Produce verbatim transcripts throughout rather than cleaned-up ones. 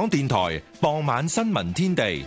港電台傍晚新聞天地。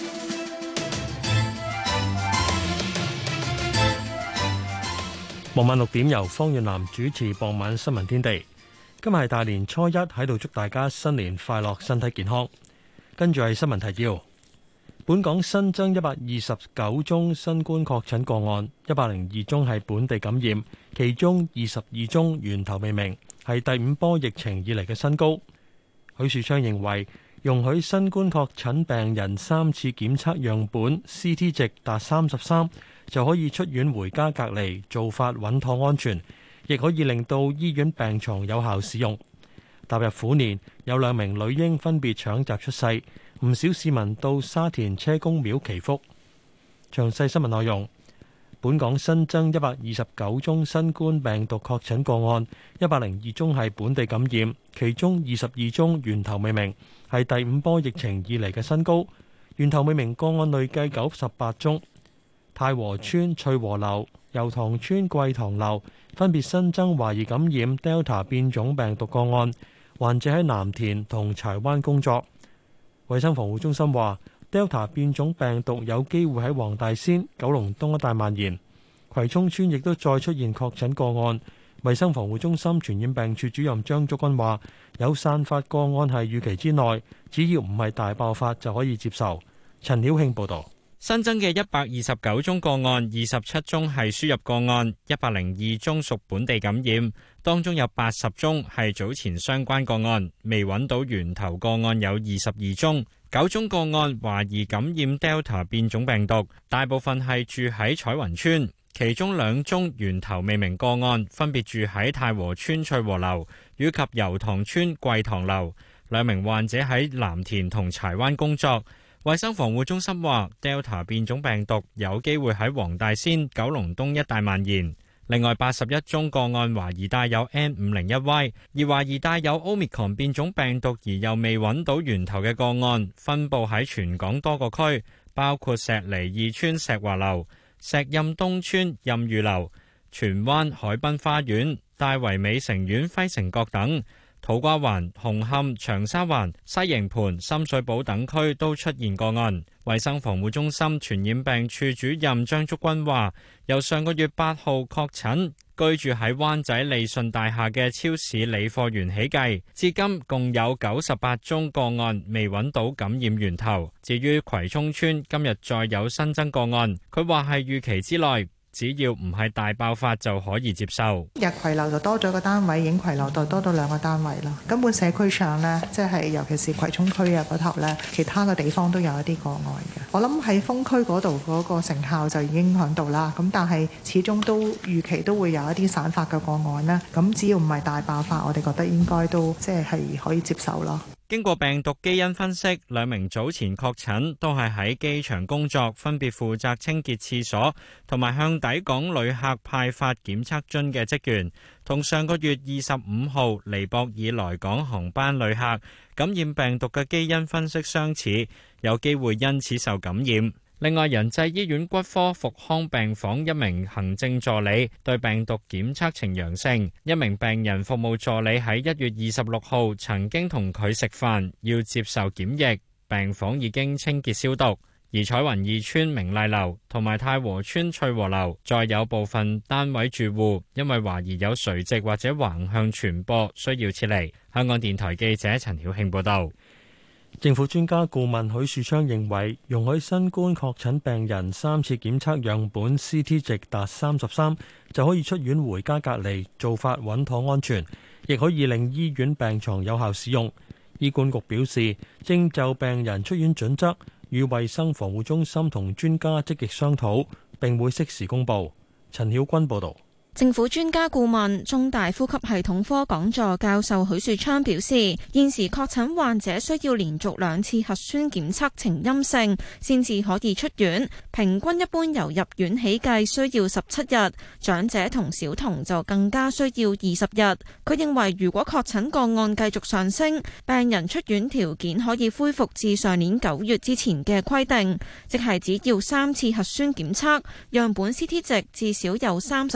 傍晚六點由方遠南主持傍晚新聞天地。今日係大年初一，喺度祝大家新年快樂，身體健康。跟住係新聞提要。本港新增一百二十九宗新冠確診個案，一百零二宗係本地感染，其中二十二宗源頭未明，係第五波疫情以嚟嘅新高。許樹昌認為，容許新冠確診病人三次檢測樣本 C T 值達三十三，就可以出院回家隔離，做法穩妥安全，亦可以令到醫院病床有效使用。踏入虎年，有兩名女嬰分別搶閘出世，唔少市民到沙田車公廟祈福。詳細新聞內容。本港新增一百二十九宗新冠病毒確診個案，一百零二宗係本地感染，其中二十二宗源頭未明，係第五波疫情以嚟嘅新高。源頭未明個案累計九十八宗。太和邨翠和樓、油塘邨桂塘樓分別新增懷疑感染 Delta 變種病毒個案，患者喺藍田同柴灣工作。衛生防護中心話，Delta 變種病毒有機會喺黃大仙、九龍東一帶蔓延。葵涌村亦都再出現確診個案。衛生防護中心傳染病處主任張竹君話，有散發個案係預期之內，只要唔係大爆發就可以接受。陳曉慶報導。 新增嘅一百二十九宗個案，二十七宗係輸入個案，一百零二宗屬本地感染，當中有八十宗係早前相關個案，未揾到源頭個案有二十二宗，九宗個案懷疑感染 Delta 變種病毒，大部分係住喺彩雲村，其中兩宗源頭未明個案分別住喺太和邨翠和樓以及油塘邨桂塘樓，兩名患者喺藍田同柴灣工作。衛生防護中心話 Delta 變種病毒有機會喺黃大仙、九龍東一帶蔓延。另外八十一宗個案懷疑帶有 N 五零一 Y， 而懷疑帶有 Omicron 變種病毒而又未揾到源頭嘅個案，分佈喺全港多個區，包括石籬二村石華樓、石蔭東村蔭裕樓、荃灣海濱花園、大圍美城苑輝城閣等。土瓜灣、紅磡、長沙灣、西營盤、深水埗等區都出現個案。衛生防護中心傳染病處主任張竹君話，由上個月八號確診居住喺灣仔利順大廈嘅超市理貨員起計，至今共有九十八宗個案未揾到感染源頭。至於葵涌村今日再有新增個案，佢話係預期之內。只要唔係大爆發就可以接受。 日葵樓就多咗個單位，影葵樓就多咗兩個單位啦。根本社區上呢，即係尤其是葵涌區啊嗰頭呢，其他嘅地方都有一啲個案嘅。我諗喺封區嗰度嗰個成效就已經響度啦。咁但係始終都預期都會有一啲散發嘅個案啦。咁只要唔係大爆發，我哋覺得應該都即係係可以接受咯。 經過病毒基因分析，兩名早前確診都係喺機場工作，分別負責清潔廁所同埋向抵港旅客派發檢測樽嘅職員，同上個月二十五號尼泊爾來港航班旅客感染病毒嘅基因分析相似，有機會因此受感染。另外，仁濟醫院骨科復康病房一名行政助理對病毒檢測呈陽性，一名病人服務助理喺一月二十六號曾經同佢食飯，要接受檢疫，病房已經清潔消毒。而彩雲二村明麗樓同埋太和邨翠和樓再有部分單位住戶因為懷疑有垂直或者橫向傳播，需要撤離。香港電台記者陳曉慶報導。 政府專家顧問許樹昌認為，容許新冠確診病人三次檢測樣本 C T 值達三十三，就可以出院回家隔離，做法穩妥安全，亦可以令醫院病床有效使用。醫管局表示，正就病人出院準則與衛生防護中心同專家積極商討，並會適時公佈。陳曉君報導。 政府專家顧問、中大呼吸系統科講座教授許樹昌表示，現時確診患者需要連續兩次核酸檢測呈陰性，先至可以出院。平均一般由入院起計需要十七日，長者同小童就更加需要二十日。佢認為，如果確診個案繼續上升，病人出院條件可以恢復至上年九月之前嘅規定，即係只要三次核酸檢測，樣本 C T 值至少有三十三。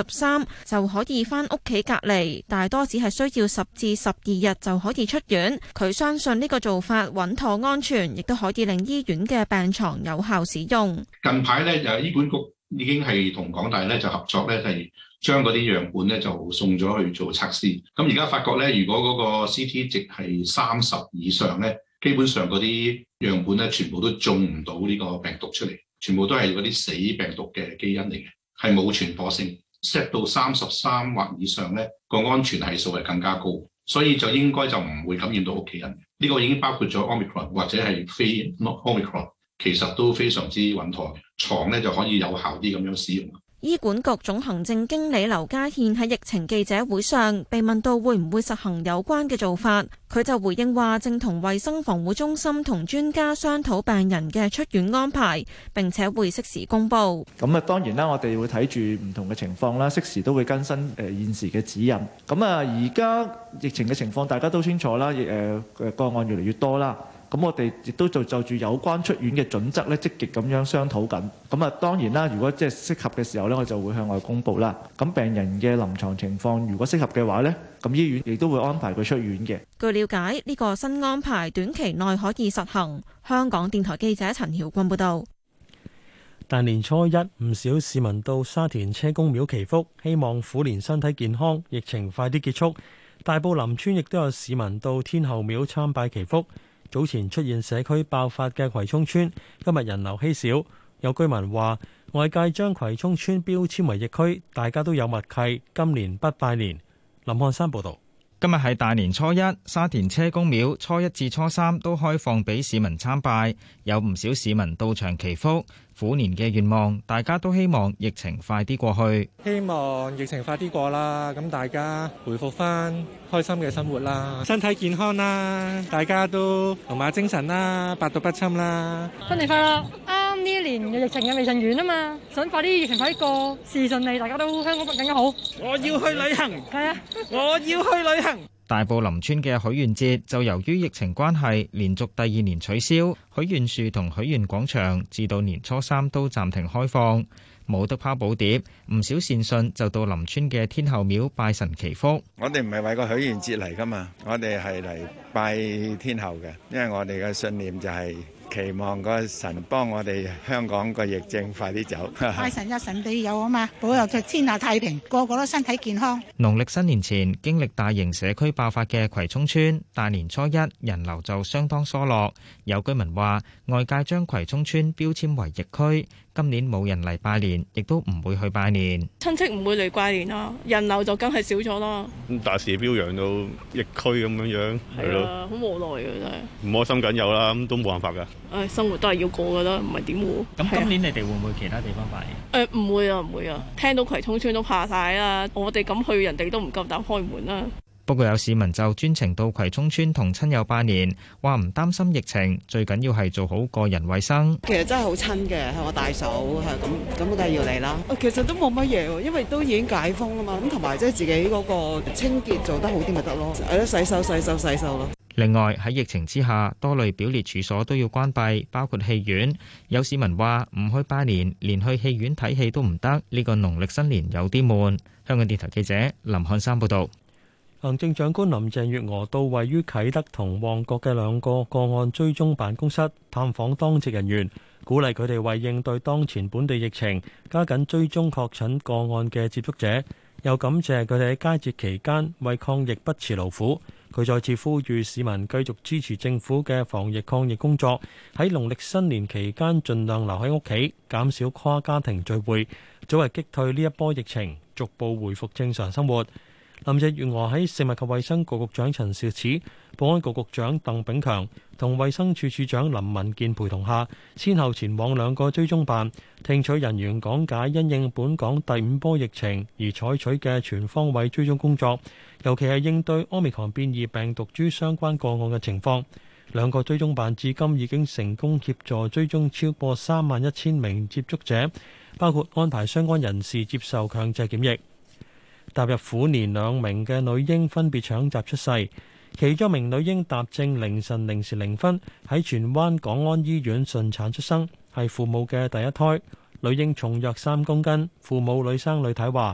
就可以返屋企隔離，大多只係需要十至十二日就可以出院。佢相信呢個做法穩妥安全，亦都可以令醫院嘅病床有效使用。 近排咧，誒醫管局已經係同港大咧就合作咧，係將嗰啲樣本咧就送咗去做測試。咁而家發覺咧，如果嗰個 C T 值係三十以上咧，基本上嗰啲樣本咧全部都種唔到呢個病毒出嚟，全部都係嗰啲死病毒嘅基因嚟嘅，係冇傳播性。set 到三十三或以上咧，個安全係數係更加高，所以就應該就唔會感染到屋企人。呢個已經包括咗 Omicron 或者係非 not Omicron， 其實都非常之穩妥嘅，床咧就可以有效啲咁樣使用。 醫管局總行政經理劉家憲喺疫情記者會上被問到會唔會實行有關嘅做法，佢就回應話正同衛生防護中心同專家商討病人嘅出院安排，並且會適時公佈。咁啊，當然啦，我哋會睇住唔同嘅情況啦，適時都會更新誒現時嘅指引。咁啊，而家疫情嘅情況大家都清楚啦，誒誒個案越嚟越多啦。咁我哋亦都就就住有關出院嘅準則咧，積極咁樣商討緊。咁啊，當然啦，如果即係適合嘅時候咧，我就會向外公佈啦。咁病人嘅臨床情況，如果適合嘅話咧，咁醫院亦都會安排佢出院嘅。 據了解，呢個新安排短期內可以實行。香港電台記者陳曉君報導。 大年初一，唔少市民到沙田車公廟祈福，希望虎年身體健康，疫情快啲結束。大埔林村亦都有市民到天后廟參拜祈福。早前出現社區爆發嘅葵涌村，今日人流稀少。有居民話，外界將葵涌村標籤為疫區，大家都有默契，今年不拜年。林漢山報導。 今日係大年初一，沙田車公廟初一至初三都開放俾市民參拜，有唔少市民到場祈福。虎年嘅願望，大家都希望疫情快啲過去。 希望疫情快啲過啦，咁大家回復翻開心嘅生活啦，身體健康啦，大家都龍馬精神啦，百毒不侵啦。 新年快樂！啱呢一年嘅疫情嘅未盡完啊嘛，想快啲疫情快啲過，事順利，大家都香港更加好。 我要去旅行， 係啊， 我要去旅行。 大埔林村嘅許願節就由於疫情關係，連續第二年取消，許願樹同許願廣場至到年初三都暫停開放，冇得拋寶牒。唔少善信就到林村嘅天后廟拜神祈福。 我哋唔係為個許願節嚟㗎嘛，我哋係嚟拜天后嘅，因為我哋嘅信念就係期望個神幫我哋香港個疫症快啲走。 拜神有神庇佑啊嘛，保佑佢天下太平，個個都身體健康。 農曆新年前經歷大型社區爆發嘅葵涌村，大年初一人流就相當疏落。有居民話，外界將葵涌村標籤為疫區，今年冇人嚟拜年，亦都唔會去拜年。 親戚唔會嚟拜年啦，人流就梗係少咗啦。 咁大肆標揚到疫區咁樣樣，係咯， 好無奈嘅真係。 唔開心緊有啦，咁都冇辦法㗎。 誒，生活都係要過㗎啦，唔係點會？ 咁今年你哋會唔會其他地方拜年？ 誒，唔會啊，唔會啊。聽到葵涌村都怕晒啦，我哋咁去，人哋都唔夠膽開門啦。 不過有市民就專程到葵涌村同親友拜年，話唔擔心疫情，最緊要係做好個人衛生。 其實真係好親嘅，係我大嫂，係咁咁，梗係要嚟啦。其實都冇乜嘢喎，因為都已經解封啦嘛，咁同埋即係自己嗰個清潔做得好啲咪得咯，係咯，洗手洗手洗手咯。 另外喺疫情之下，多類表列處所都要關閉，包括戲院。有市民話唔去拜年，連去戲院睇戲都唔得，呢個農曆新年有啲悶。香港電台記者林漢山報導。 行政長官林鄭月娥到位於啟德同旺角嘅兩個個案追蹤辦公室探訪當值人員，鼓勵佢哋為應對當前本地疫情，加緊追蹤確診個案嘅接觸者，又感謝佢哋喺佳節期間為抗疫不辭勞苦。佢再次呼籲市民繼續支持政府嘅防疫抗疫工作，喺農曆新年期間盡量留喺屋企，減少跨家庭聚會，早日擊退呢一波疫情，逐步回復正常生活。林鄭月娥喺食物及衛生局局長陳肇始、保安局局長鄧炳強同衛生署署長林文健陪同下，先後前往兩個追蹤辦，聽取人員講解因應本港第五波疫情而採取嘅全方位追蹤工作，尤其係應對 Omicron 變異病毒株相關個案嘅情況。兩個追蹤辦至今已經成功協助追蹤超過三萬一千名接觸者，包括安排相關人士接受強制檢疫。踏入虎年，兩名嘅女嬰分別搶閘出世，其中一名女嬰踏正凌晨零時零分喺荃灣港安醫院順產出生，係父母嘅第一胎。女嬰重約三公斤，父母女生女太話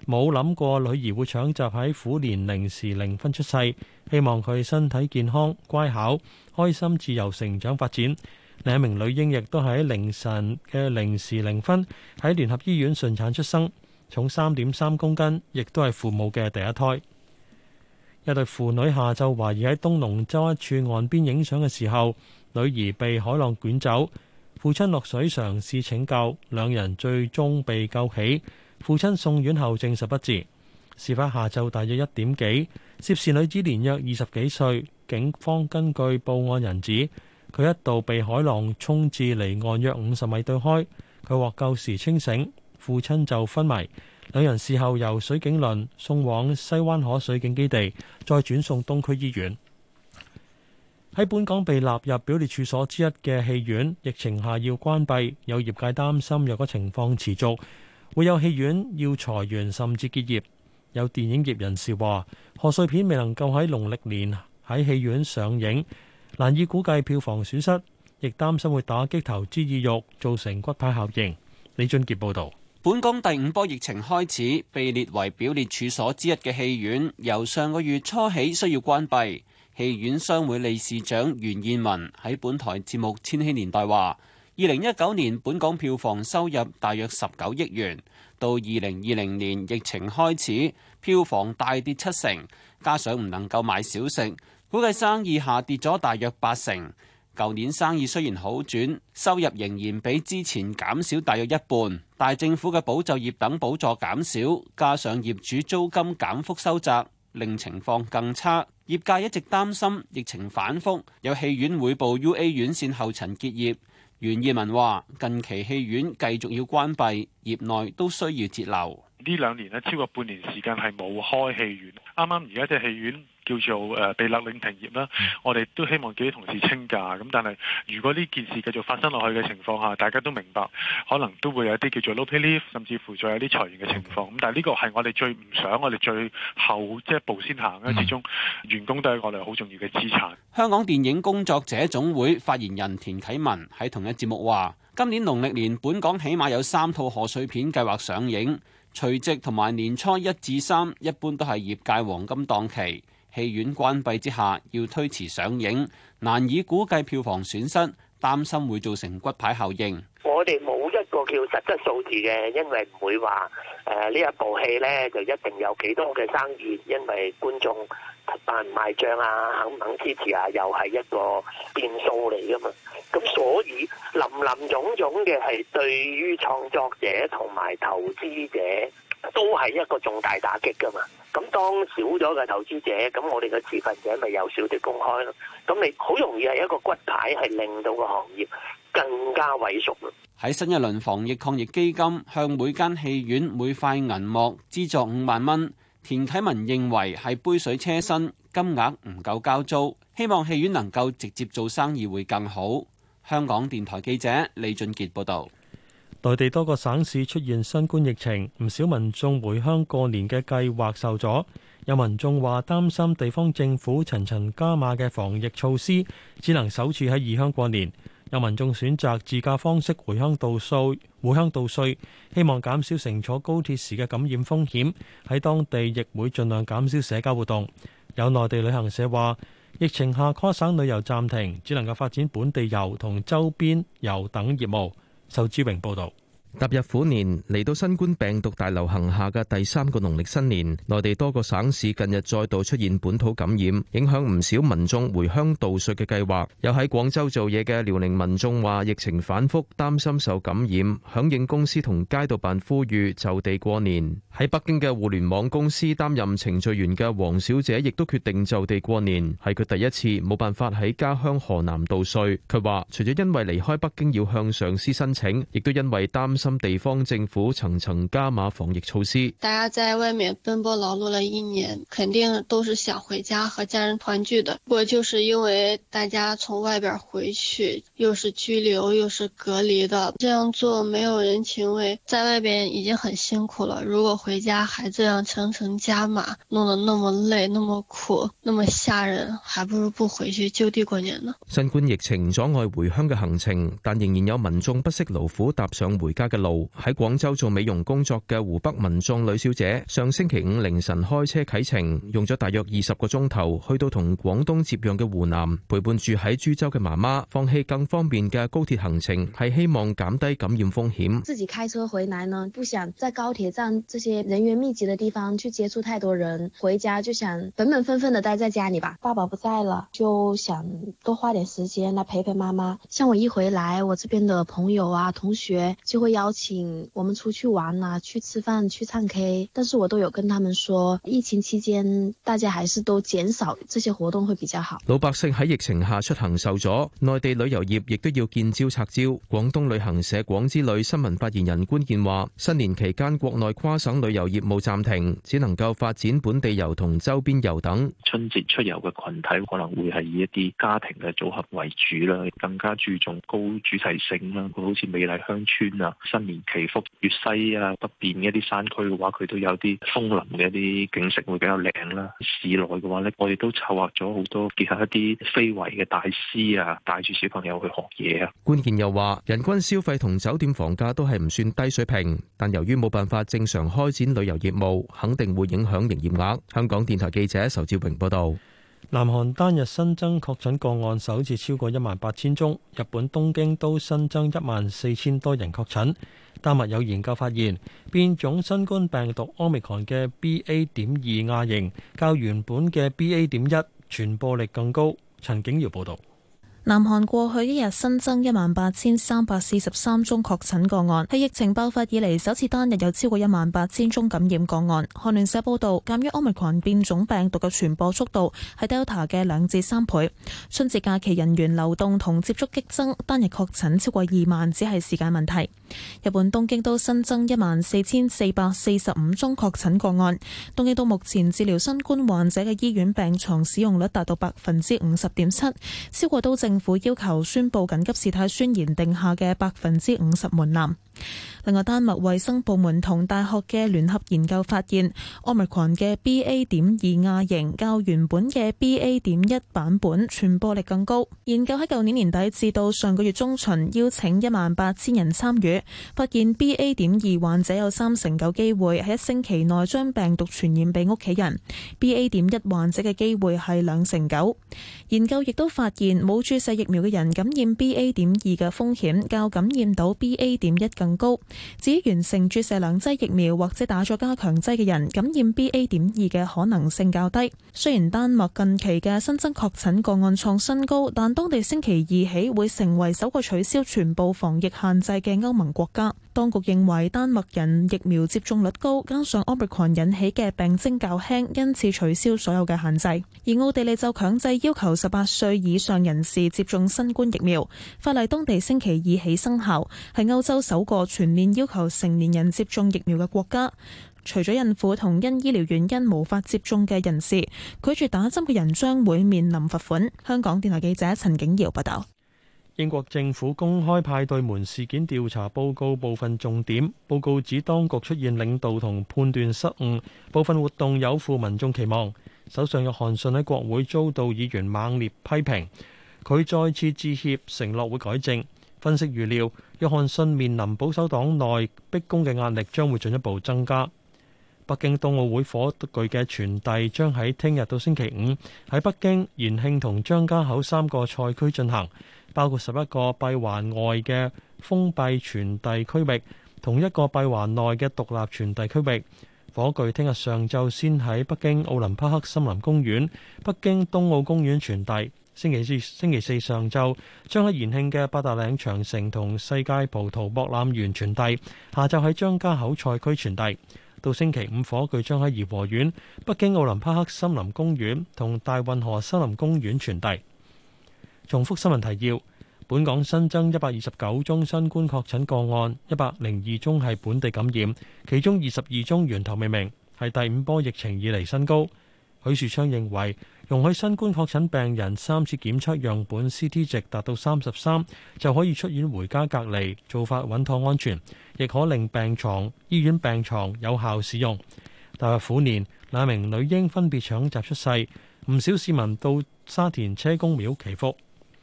冇諗過女兒會搶閘喺虎年零時零分出世，希望佢身體健康、乖巧、開心、自由成長發展。另一名女嬰亦都喺凌晨嘅零時零分喺聯合醫院順產出生，重三點三公斤，亦都係父母嘅第一胎。一對父女下晝懷疑喺東龍洲一處岸邊影相嘅時候，女兒被海浪捲走，父親落水嘗試拯救，兩人最終被救起。父親送院後證實不治。事發下晝大約一點幾，涉事女子年約二十幾歲，警方根據報案人指，佢一度被海浪沖至離岸約五十米對開，佢獲救時清醒，父親就昏迷。兩人事後由水警輪送往西灣河水警基地，再轉送東區醫院。喺本港被納入表列處所之一嘅戲院，疫情下要關閉，有業界擔心若果情況持續，會有戲院要裁員甚至結業。有電影業人士話，賀歲片未能夠喺農曆年喺戲院上映，難以估計票房損失，亦擔心會打擊投資意欲，造成骨牌效應。李俊傑報導。 本港第五波疫情開始，被列為表列處所之一嘅戲院，由上個月初起需要關閉。戲院商會理事長袁燕文喺本台節目《千禧年代》話，二零一九年本港票房收入大約十九億元，到二零二零年疫情開始，票房大跌七成，加上唔能夠買小食，估計生意下跌咗大約八成。舊年生意雖然好轉，收入仍然比之前減少大約一半，但政府嘅保就業等補助減少，加上業主租金減幅收窄，令情況更差。業界一直擔心疫情反覆，有戲院會步 U A 院線後塵結業。袁義文話：近期戲院繼續要關閉，業內都需要節流。 呢兩年咧，超過半年時間係冇開戲院，啱啱而家隻戲院叫做誒被勒令停業啦。我哋都希望叫啲同事清假，咁但係如果呢件事繼續發生落去嘅情況下，大家都明白可能都會有啲叫做 no pay leave，甚至乎再有啲裁員嘅情況。咁但係呢個係我哋最唔想，我哋最後即係步先行啦。始終員工都係我哋好重要嘅資產。 香港電影工作者總會發言人田啟文喺同一節目話：今年農曆年本港起碼有三套賀歲片計劃上映。除夕同埋年初一至三，一般都係業界黃金檔期。戲院關閉之下，要推遲上映，難以估計票房損失，擔心會造成骨牌效應。 我哋冇一個叫實質數字嘅，因為唔會話誒呢一部戲呢就一定有幾多嘅生意，因為觀眾賣唔賣帳啊，肯唔肯支持啊，又係一個變數嚟噶嘛。咁所以林林總總嘅係對於創作者同埋投資者都係一個重大打擊噶嘛。咁當少咗嘅投資者，咁我哋嘅持份者咪又少啲公開咯。咁你好容易係一個骨牌，係令到個行業更加萎縮咯。 喺新一輪防疫抗疫基金向每間戲院每塊銀幕資助五萬蚊，田啟文認為係杯水車薪，金額唔夠交租，希望戲院能夠直接做生意會更好。香港電台記者李俊傑報導。 內地多個省市出現新冠疫情，唔少民眾回鄉過年嘅計劃受阻。有民眾話擔心地方政府層層加碼嘅防疫措施，只能首次喺異鄉過年。有民眾選擇自駕方式回鄉度歲，回鄉度歲，希望減少乘坐高鐵時嘅感染風險。喺當地亦會盡量減少社交活動。有內地旅行社話，疫情下跨省旅遊暫停，只能夠發展本地遊同周邊遊等業務。仇志榮報導。 踏入虎年，嚟到新冠病毒大流行下嘅第三個農曆新年，內地多個省市近日再度出現本土感染，影響唔少民眾回鄉度歲嘅計劃。有喺廣州做嘢嘅遼寧民眾話，疫情反覆，擔心受感染，響應公司同街道辦呼籲就地過年。喺北京嘅互聯網公司擔任程序員嘅黃小姐，亦都決定就地過年，係佢第一次冇辦法喺家鄉河南度歲。佢話，除咗因為離開北京要向上司申請，亦都因為擔心地方政府層層加碼防疫措施。 大家在外面奔波勞碌了一年，肯定都是想回家和家人團聚的。不過就是因為大家從外邊回去，又是拘留又是隔離的，這樣做沒有人情味，在外邊已經很辛苦了，如果回家還這樣層層加碼，弄得那麼累那麼苦那麼嚇人，還不如不回去就地過年呢。 新冠疫情阻礙回鄉嘅行程，但仍然有民眾不惜勞苦踏上回家嘅嘅路。喺廣州做美容工作嘅湖北民眾呂小姐，上星期五凌晨開車啟程，用咗大約二十個鐘頭去到同廣東接壤嘅湖南，陪伴住喺株洲嘅媽媽，放棄更方便嘅高鐵行程，係希望減低感染風險。 自己開車回來呢，不想在高鐵站這些人員密集的地方去接觸太多人，回家就想本本分分的待在家裏吧。爸爸不在了，就想多花點時間來陪陪媽媽。像我一回來，我這邊的朋友啊、同學就會邀請我們出去玩啊、去吃飯、去唱 K， 但是我都有跟他們說，疫情期間大家還是都減少這些活動會比較好。 老百姓喺疫情下出行受阻，內地旅遊業亦都要見招拆招。廣東旅行社廣之旅新聞發言人官健話：新年期間國內跨省旅遊業務暫停，只能夠發展本地遊同周邊遊等。 春節出遊嘅群體可能會係以一啲家庭嘅組合為主啦，更加注重高主題性啦，好似美麗鄉村啊、新年祈福、粵西啊、北邊一啲山區嘅話，佢都有啲楓林嘅一啲景色會比較靚啦。市內嘅話呢，我哋都策劃咗好多結合一啲非遺嘅大師啊，帶住小朋友去學嘢啊。 關鍵又話，人均消費同酒店房價都係唔算低水平，但由於冇辦法正常開展旅遊業務，肯定會影響營業額。香港電台記者仇志榮報道。 南韓單日新增確診個案首次超過一萬八千宗，日本東京都新增一萬四千多人確診。丹麥有研究發現，變種新冠病毒 Omicron 嘅 B A 點二亞型較原本嘅 B A 點一傳播力更高。陳景瑤報道。 南韓過去一日新增一萬八千三百四十三宗確診個案，係疫情爆發以嚟首次單日有超過一萬八千宗感染個案。韓聯社報道，鑑於 Omicron 變種病毒嘅傳播速度係 Delta 嘅兩至三倍，春節假期人員流動同接觸激增，單日確診超過二萬只係時間問題。日本東京都新增一萬四千四百四十五宗確診個案，東京都目前治療新冠患者嘅醫院病床使用率達到百分之五十點七，超過都政府要求宣布緊急事態宣言定下嘅百分之五十門檻。另外，丹麥衛生部門同大學嘅聯合研究發現 Omicron 嘅 B A 點二亞型較原本嘅 B A 點一版本傳播力更高。研究喺舊年年底至到上個月中旬邀請一萬八千人參與，發現 B A 點二患者有三成九機會喺一星期內將病毒傳染俾屋企人， B A 點一患者嘅機會係兩成九。研究亦都發現冇注射疫苗嘅人感染 B A 點二嘅風險較感染到 B A 點一更高。至於完成注射兩劑疫苗或者打咗加強劑嘅人，感染 B A 點二嘅可能性較低。雖然丹麥近期嘅新增確診個案創新高，但當地星期二起會成為首個取消全部防疫限制嘅歐盟國家。當局認為丹麥人疫苗接種率高，加上 Omicron 引起嘅病徵較輕，因此取消所有嘅限制。而奧地利就強制要求十八歲以上人士接種新冠疫苗，法例當地星期二起生效，係歐洲首個全面要求成年人接種疫苗嘅國家。除咗孕婦同因醫療原因無法接種嘅人士，拒絕打針嘅人將會面臨罰款。香港電台記者陳景瑤報道。 英國政府公開派對門事件調查報告部分重點，報告指當局出現領導同判斷失誤，部分活動有負民眾期望。首相約翰遜喺國會遭到議員猛烈批評，佢再次致歉，承諾會改正。分析預料，約翰遜面臨保守黨內逼宮嘅壓力將會進一步增加。北京冬奧會火炬嘅傳遞將喺聽日到星期五喺北京、延慶同張家口三個賽區進行，包括十一個閉環外嘅封閉傳遞區域，同一個閉環內嘅獨立傳遞區域。火炬聽日上晝先喺北京奧林匹克森林公園、北京冬奧公園傳遞，星期四星期四上晝將喺延慶嘅八達嶺長城同世界葡萄博覽園傳遞，下晝喺張家口賽區傳遞。到星期五，火炬將喺頤和園、北京奧林匹克森林公園同大運河森林公園傳遞。重複新聞提要：本港新增一百二十九宗新冠確診個案，一百零二宗係本地感染，其中二十二宗源頭未明，係第五波疫情以嚟新高。許樹昌認為，容許新冠確診病人三次檢測樣本 C T 值達到三十三，就可以出院回家隔離，做法穩妥安全，亦可令病床、醫院病床有效使用。踏入虎年，兩名女嬰分別搶閘出世，唔少市民到沙田車公廟祈福。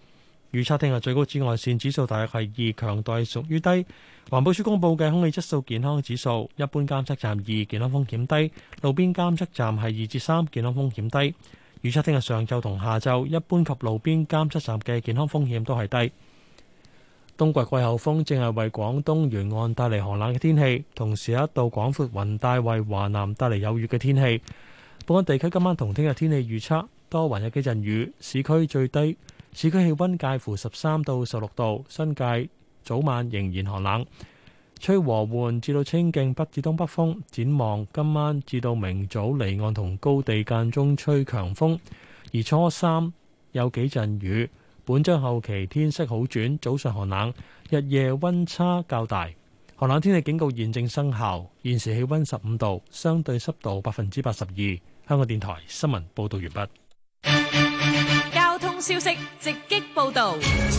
預測聽日最高紫外線指數大約係二，強度屬於低。環保署公佈嘅空氣質素健康指數，一般監測站二，健康風險低；路邊監測站係二至三，健康風險低。預測聽日上晝同下晝，一般及路邊監測站嘅健康風險都係低。冬季季候風正係為廣東沿岸帶嚟寒冷嘅天氣，同時有一道廣闊雲帶為華南帶嚟有雨嘅天氣。本港地區今晚同聽日天氣預測多雲有幾陣雨，市區最低市區氣溫介乎十三到十六度，新界早晚仍然寒冷，吹和緩至到清勁北至東北風。展望今晚至到明早離岸同高地間中吹強風，而初三有幾陣雨。本週後期天色好轉，早上寒冷，日夜溫差較大。寒冷天氣警告現正生效。現時氣溫十五度，相對濕度百分之八十二。香港電台新聞報道完畢。 交通消息直擊報道。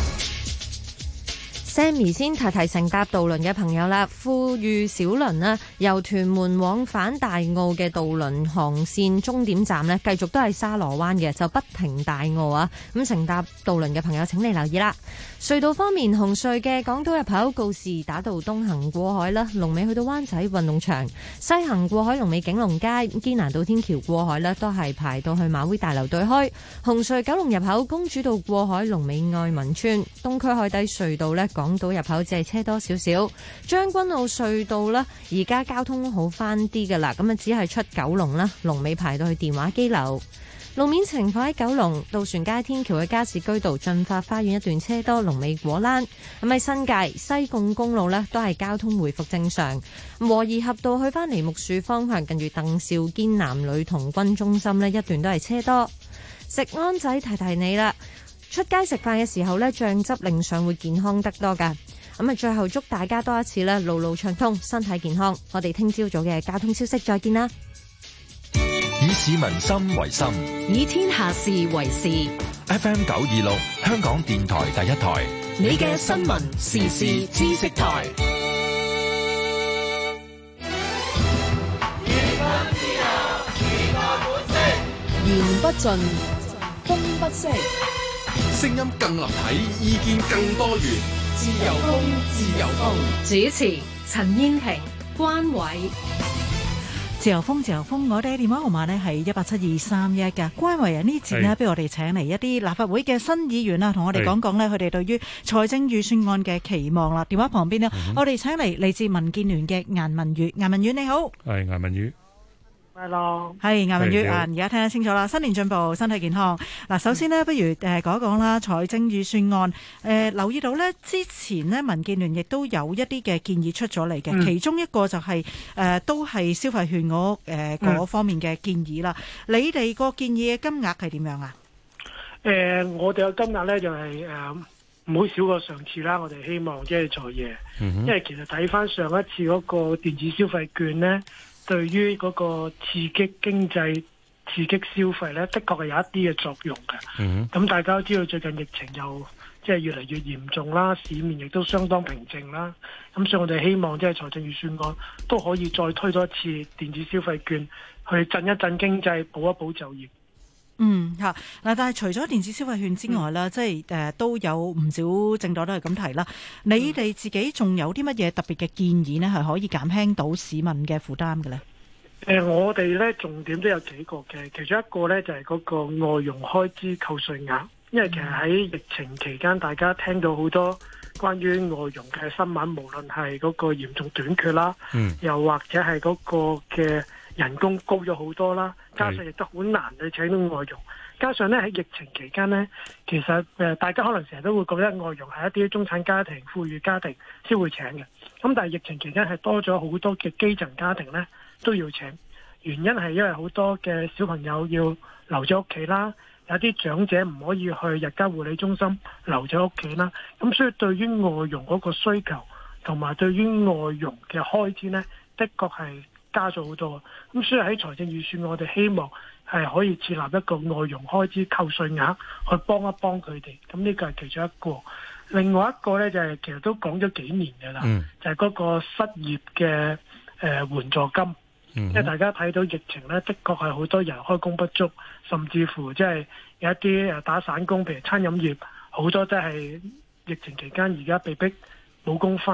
Sammy 先提提乘搭渡輪嘅朋友啦，富裕小輪啦，由屯門往返大澳嘅渡輪航線終點站呢，繼續都係沙螺灣嘅，就不停大澳啊。咁乘搭渡輪嘅朋友請你留意啦。隧道方面，紅隧嘅港島入口告士打道東行過海啦，龍尾去到灣仔運動場；西行過海龍尾景隆街，堅拿道天橋過海呢都係排到去馬會大樓對開。紅隧九龍入口公主道過海龍尾愛民村，東區海底隧道呢，港島入口只係車多少少。將軍澳隧道呢，而家交通好翻啲噶啦，咁啊只係出九龍啦，龍尾排到去電話機樓。路面情況喺九龍渡船街天橋嘅加士居道進發花園一段車多，龍尾果欄。咁喺新界西貢公路呢，都係交通回復正常。和宜合道去翻梨木樹方向，近住鄧肇堅男女童軍中心呢，一段都係車多。食安仔提提你啦，出街食飯嘅時候呢，醬汁令上會健康得多噶。咁啊，最後祝大家多一次啦，路路暢通，身體健康。我哋聽朝早嘅交通消息再見啦。 以市民心為心， 以天下事為事。 F M 九二六，香港電台第一台， 你嘅新聞時事知識台。言不盡，風不息， 聲音更立體，意見更多元。 自由風，自由風。主持：陳燕萍、關偉。 自由風，自由風，我哋嘅電話號碼呢係一八七二三一㗎。關維啊，呢節呢，俾我哋請嚟一啲立法會嘅新議員啊，同我哋講講呢，佢哋對於財政預算案嘅期望啦。電話旁邊呢，嗯、我哋請嚟嚟自民建聯嘅顏汶羽。顏汶羽你好， 係顏汶羽。 係咯，係顏汶羽啊！而家聽得清楚啦，新年進步，身體健康。嗱，首先呢，不如誒講一講啦，財政預算案。誒、呃、留意到呢，之前呢，民建聯亦都有一啲嘅建議出咗嚟嘅，嗯、其中一個就係、是、誒、呃、都係消費券嗰誒嗰方面嘅建議啦。嗯、你哋個建議嘅金額係點樣啊？ 誒、呃，我哋嘅金額呢，就係誒唔好少過上次啦。我哋希望即係財爺，嗯、哼因為其實睇翻上一次嗰個電子消費券呢，對於嗰個刺激經濟、刺激消費呢，的確係有一啲嘅作用嘅。咁、mm hmm. 大家都知道最近疫情又即係越嚟越嚴重啦，市面亦都相當平靜啦。咁所以我哋希望即係財政預算案都可以再推多一次電子消費券，去震一震經濟，保一保就業。 嗯嚇嗱，但係除咗電子消費券之外啦，嗯、即係誒、呃、都有唔少政黨都係咁提啦。你哋自己仲有啲乜嘢特別嘅建議呢？係可以減輕到市民嘅負擔嘅呢？ 誒、呃，我哋咧重點都有幾個嘅，其中一個咧就係、是、嗰個外傭開支扣稅額，因為其實喺疫情期間，大家聽到好多關於外傭嘅新聞，無論係嗰個嚴重短缺啦，嗯、又或者係嗰個嘅人工高咗好多啦，加上亦都好難去請到外傭，加上咧喺疫情期間咧，其實誒、呃、大家可能成日都會覺得外傭係一啲中產家庭、富裕家庭先會請嘅，咁但係疫情期間係多咗好多嘅基層家庭咧都要請，原因係因為好多嘅小朋友要留咗屋企啦，有啲長者唔可以去日間護理中心留咗屋企啦，咁所以對於外傭嗰個需求同埋對於外傭嘅開支咧，的確係加咗好多，咁所以喺財政預算我哋希望係可以設立一個外傭開支扣稅額，去幫一幫佢哋。咁呢個係其中一個。另外一個呢，就係、是、其實都講咗幾年嘅啦，嗯、就係嗰個失業嘅誒、呃、援助金。嗯、因為大家睇到疫情呢，的確係好多人開工不足，甚至乎即係有一啲誒打散工，譬如餐飲業好多都係疫情期間而家被逼冇工返。